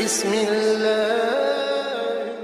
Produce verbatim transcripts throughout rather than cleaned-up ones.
Bismillah.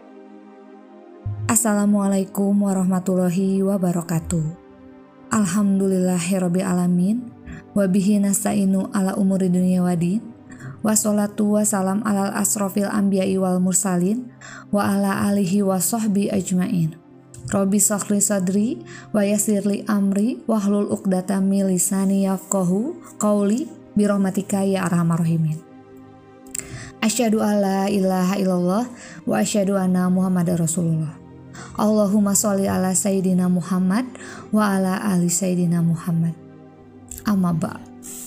Assalamualaikum warahmatullahi wabarakatuh. Alhamdulillahirabbil alamin wa bihi nasta'inu ala umuri dunya waddin. Wassalatu wassalam alal asrofil anbiya'i wal mursalin wa ala alihi wa sahbi ajmain. Rabbi shrah sadri wa yassirli amri wahlul uqdatam min lisani yafqahu qauli bi rahmatika ya arhamar rahimin. Asyhadu alla ilaha illallah wa asyhadu anna muhammadar rasulullah. Allahumma sholli ala sayyidina Muhammad wa ala ali sayyidina Muhammad. Amma ba'd.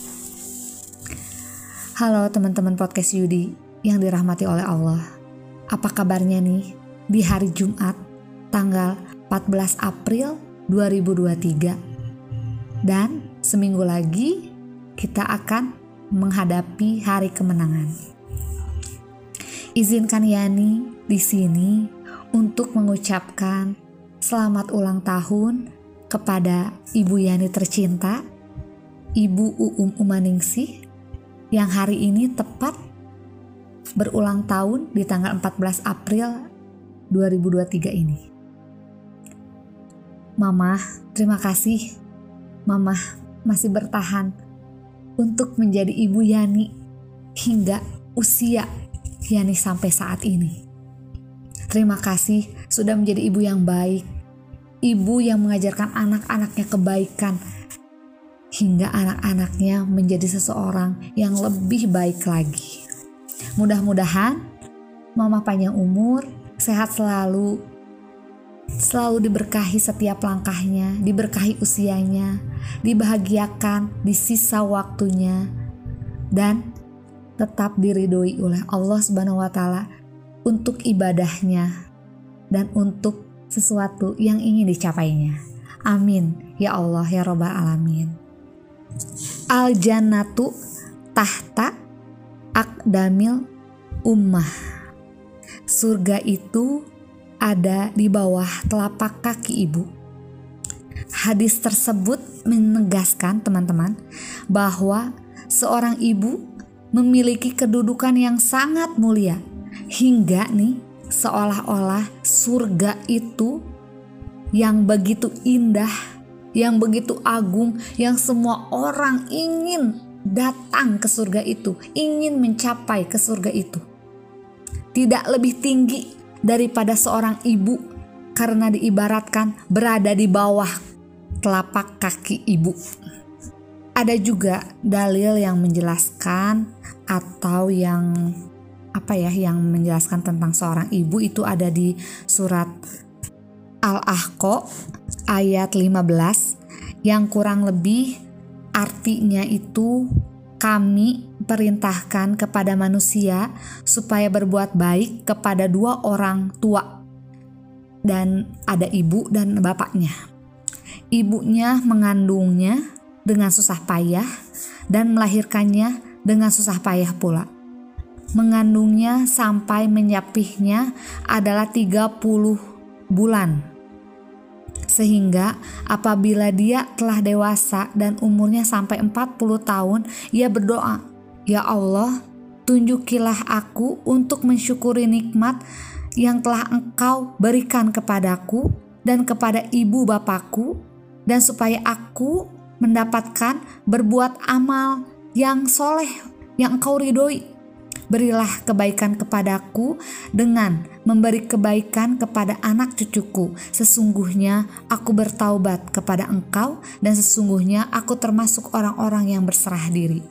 Halo teman-teman podcast Yudi yang dirahmati oleh Allah. Apa kabarnya nih di hari Jumat tanggal empat belas April dua ribu dua puluh tiga? Dan seminggu lagi kita akan menghadapi hari kemenangan. Izinkan Yani di sini untuk mengucapkan selamat ulang tahun kepada Ibu Yani tercinta, Ibu Uum Umaningsih, yang hari ini tepat berulang tahun di tanggal empat belas April dua ribu dua puluh tiga ini. Mama, terima kasih. Mama masih bertahan untuk menjadi Ibu Yani hingga usia Yani sampai saat ini. Terima kasih sudah menjadi ibu yang baik, ibu yang mengajarkan anak-anaknya kebaikan, hingga anak-anaknya menjadi seseorang yang lebih baik lagi. Mudah-mudahan Mama panjang umur, sehat selalu, selalu diberkahi setiap langkahnya, diberkahi usianya, dibahagiakan di sisa waktunya, dan tetap diridhoi oleh Allah Subhanahu wa taala untuk ibadahnya dan untuk sesuatu yang ingin dicapainya. Amin ya Allah ya Rabbal alamin. Al jannatu tahta aqdamil ummah. Surga itu ada di bawah telapak kaki ibu. Hadis tersebut menegaskan teman-teman bahwa seorang ibu memiliki kedudukan yang sangat mulia, hingga nih seolah-olah surga itu yang begitu indah, yang begitu agung, yang semua orang ingin datang ke surga itu, ingin mencapai ke surga itu. Tidak lebih tinggi daripada seorang ibu, karena diibaratkan berada di bawah telapak kaki ibu. Ada juga dalil yang menjelaskan atau yang apa ya yang menjelaskan tentang seorang ibu, itu ada di surat Al-Ahqa ayat lima belas yang kurang lebih artinya itu, kami perintahkan kepada manusia supaya berbuat baik kepada dua orang tua, dan ada ibu dan bapaknya. Ibunya mengandungnya dengan susah payah dan melahirkannya dengan susah payah pula. Mengandungnya sampai menyapihnya adalah tiga puluh bulan. Sehingga apabila dia telah dewasa dan umurnya sampai empat puluh tahun, ia berdoa, "Ya Allah, tunjukilah aku untuk mensyukuri nikmat yang telah Engkau berikan kepadaku dan kepada ibu bapakku, dan supaya aku mendapatkan berbuat amal yang soleh yang Engkau ridhoi. Berilah kebaikan kepadaku dengan memberi kebaikan kepada anak cucuku. Sesungguhnya aku bertaubat kepada Engkau, dan sesungguhnya aku termasuk orang-orang yang berserah diri."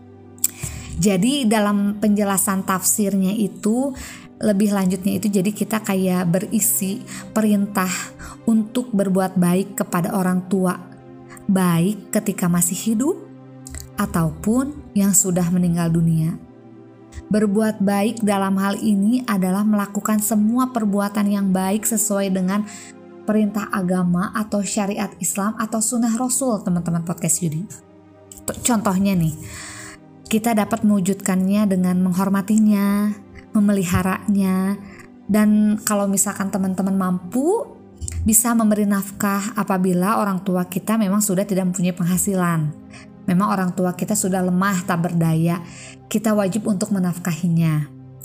Jadi dalam penjelasan tafsirnya itu, lebih lanjutnya itu, jadi kita kayak berisi perintah untuk berbuat baik kepada orang tua, baik ketika masih hidup ataupun yang sudah meninggal dunia. Berbuat baik dalam hal ini adalah melakukan semua perbuatan yang baik sesuai dengan perintah agama atau syariat Islam atau sunnah Rasul, teman-teman podcast Yudi. Contohnya nih, kita dapat mewujudkannya dengan menghormatinya, memeliharanya, dan kalau misalkan teman-teman mampu, bisa memberi nafkah apabila orang tua kita memang sudah tidak mempunyai penghasilan. Memang orang tua kita sudah lemah tak berdaya, kita wajib untuk menafkahinya.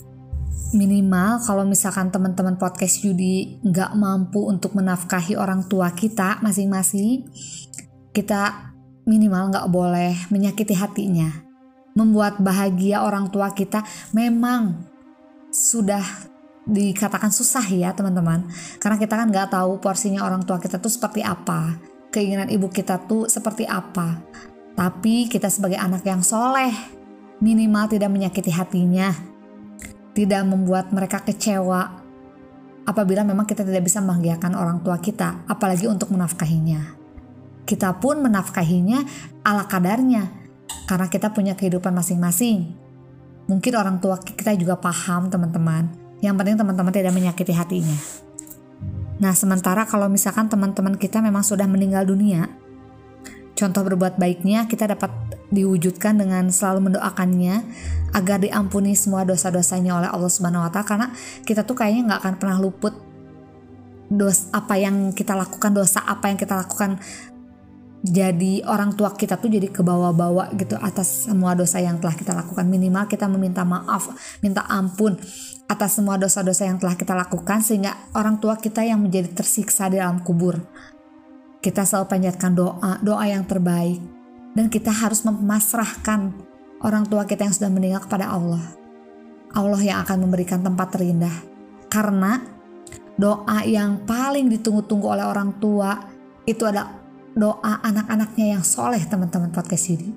Minimal kalau misalkan teman-teman podcast Yudi nggak mampu untuk menafkahi orang tua kita masing-masing, kita minimal nggak boleh menyakiti hatinya. Membuat bahagia orang tua kita memang sudah dikatakan susah ya teman-teman, karena kita kan nggak tahu porsinya orang tua kita tuh seperti apa, keinginan ibu kita tuh seperti apa. Tapi kita sebagai anak yang soleh, minimal tidak menyakiti hatinya, tidak membuat mereka kecewa apabila memang kita tidak bisa membahagiakan orang tua kita, apalagi untuk menafkahinya. Kita pun menafkahinya ala kadarnya, karena kita punya kehidupan masing-masing. Mungkin orang tua kita juga paham teman-teman, yang penting teman-teman tidak menyakiti hatinya. Nah, sementara kalau misalkan teman-teman kita memang sudah meninggal dunia, contoh berbuat baiknya kita dapat diwujudkan dengan selalu mendoakannya agar diampuni semua dosa-dosanya oleh Allah Subhanahu wa taala, karena kita tuh kayaknya nggak akan pernah luput dosa apa yang kita lakukan, dosa apa yang kita lakukan. Jadi orang tua kita tuh jadi kebawa-bawa gitu atas semua dosa yang telah kita lakukan. Minimal kita meminta maaf, minta ampun atas semua dosa-dosa yang telah kita lakukan, sehingga orang tua kita yang menjadi tersiksa di dalam kubur, kita selalu panjatkan doa, doa yang terbaik. Dan kita harus memasrahkan orang tua kita yang sudah meninggal kepada Allah. Allah yang akan memberikan tempat terindah. Karena doa yang paling ditunggu-tunggu oleh orang tua itu adalah doa anak-anaknya yang soleh, teman-teman podcast Yudi.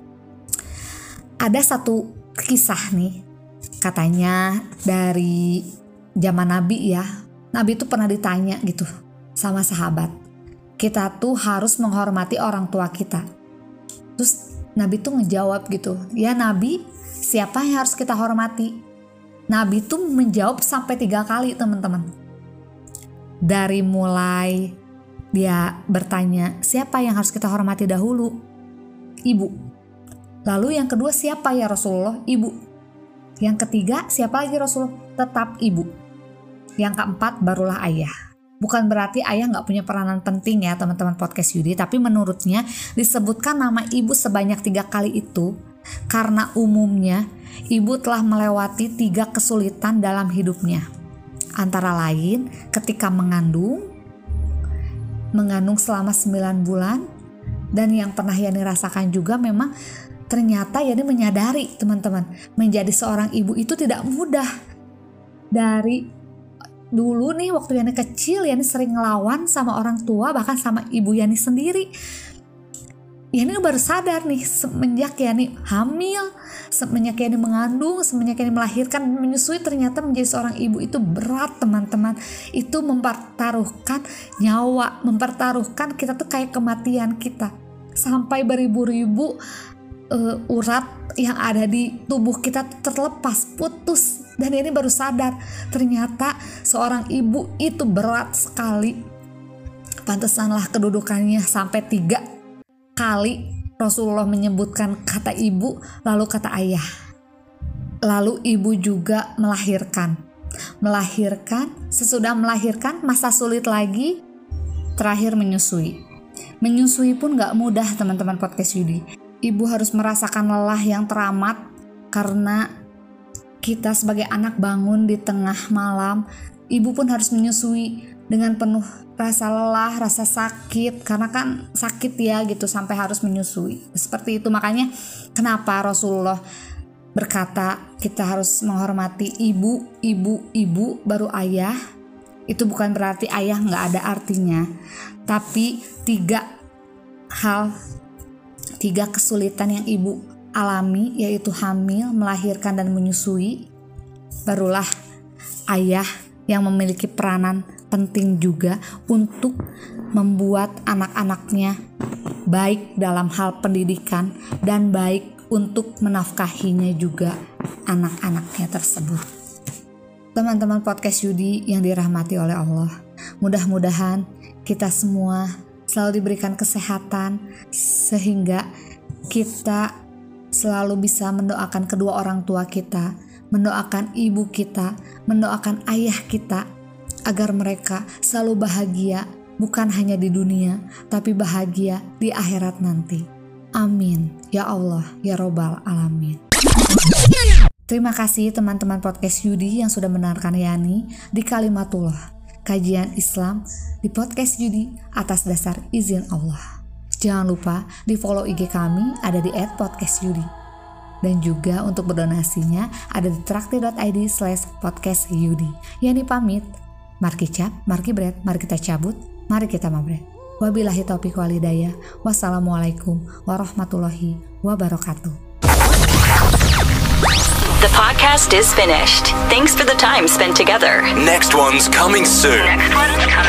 Ada satu kisah nih, katanya dari zaman Nabi ya. Nabi itu pernah ditanya gitu sama sahabat, kita tuh harus menghormati orang tua kita. Terus Nabi tuh ngejawab gitu, ya Nabi, siapa yang harus kita hormati? Nabi tuh menjawab sampai tiga kali teman-teman. Dari mulai dia bertanya, siapa yang harus kita hormati dahulu? Ibu. Lalu yang kedua, siapa ya Rasulullah? Ibu. Yang ketiga, siapa lagi Rasulullah? Tetap ibu. Yang keempat, barulah ayah. Bukan berarti ayah gak punya peranan penting ya teman-teman podcast Yudi, tapi menurutnya disebutkan nama ibu sebanyak tiga kali itu karena umumnya ibu telah melewati tiga kesulitan dalam hidupnya. Antara lain ketika mengandung, mengandung selama sembilan bulan, dan yang pernah Yani rasakan juga memang ternyata Yani menyadari teman-teman, menjadi seorang ibu itu tidak mudah. Dari dulu nih waktu Yani kecil, Yani sering ngelawan sama orang tua, bahkan sama ibu Yani sendiri. Yani baru sadar nih semenjak Yani hamil, semenjak Yani mengandung, semenjak Yani melahirkan, menyusui, ternyata menjadi seorang ibu itu berat teman-teman. Itu mempertaruhkan nyawa, mempertaruhkan kita tuh kayak kematian kita. Sampai beribu-ribu uh, urat yang ada di tubuh kita terlepas, putus. Dan ini baru sadar, ternyata seorang ibu itu berat sekali. Pantesanlah kedudukannya sampai tiga kali Rasulullah menyebutkan kata ibu, lalu kata ayah. Lalu ibu juga melahirkan. Melahirkan, sesudah melahirkan masa sulit lagi, terakhir menyusui. Menyusui pun gak mudah teman-teman podcast Yudi. Ibu harus merasakan lelah yang teramat karena kita sebagai anak bangun di tengah malam, ibu pun harus menyusui dengan penuh rasa lelah, rasa sakit, karena kan sakit ya gitu sampai harus menyusui. Seperti itu, makanya kenapa Rasulullah berkata kita harus menghormati ibu, ibu, ibu, baru ayah. Itu bukan berarti ayah gak ada artinya, tapi tiga hal, tiga kesulitan yang ibu alami, yaitu hamil, melahirkan, dan menyusui, barulah ayah yang memiliki peranan penting juga untuk membuat anak-anaknya baik dalam hal pendidikan dan baik untuk menafkahinya juga anak-anaknya tersebut. Teman-teman podcast Yudi yang dirahmati oleh Allah, mudah-mudahan kita semua selalu diberikan kesehatan sehingga kita selalu bisa mendoakan kedua orang tua kita, mendoakan ibu kita, mendoakan ayah kita, agar mereka selalu bahagia, bukan hanya di dunia, tapi bahagia di akhirat nanti. Amin. Ya Allah, ya Robbal Alamin. Terima kasih teman-teman podcast Yudi yang sudah mendengarkan Yani di Kalimatullah, kajian Islam di podcast Yudi atas dasar izin Allah. Jangan lupa di follow I G kami ada di et podcast yudi. Dan juga untuk berdonasinya ada di traktir dot id slash podcast yudi. Yani pamit. Mari cap, mari bread, mari kita cabut, mari kita mabret. Wabillahi taufiq wal hidayah. Wassalamualaikum warahmatullahi wabarakatuh. The podcast is finished. Thanks for the time spent together. Next one's coming soon. Next one's coming.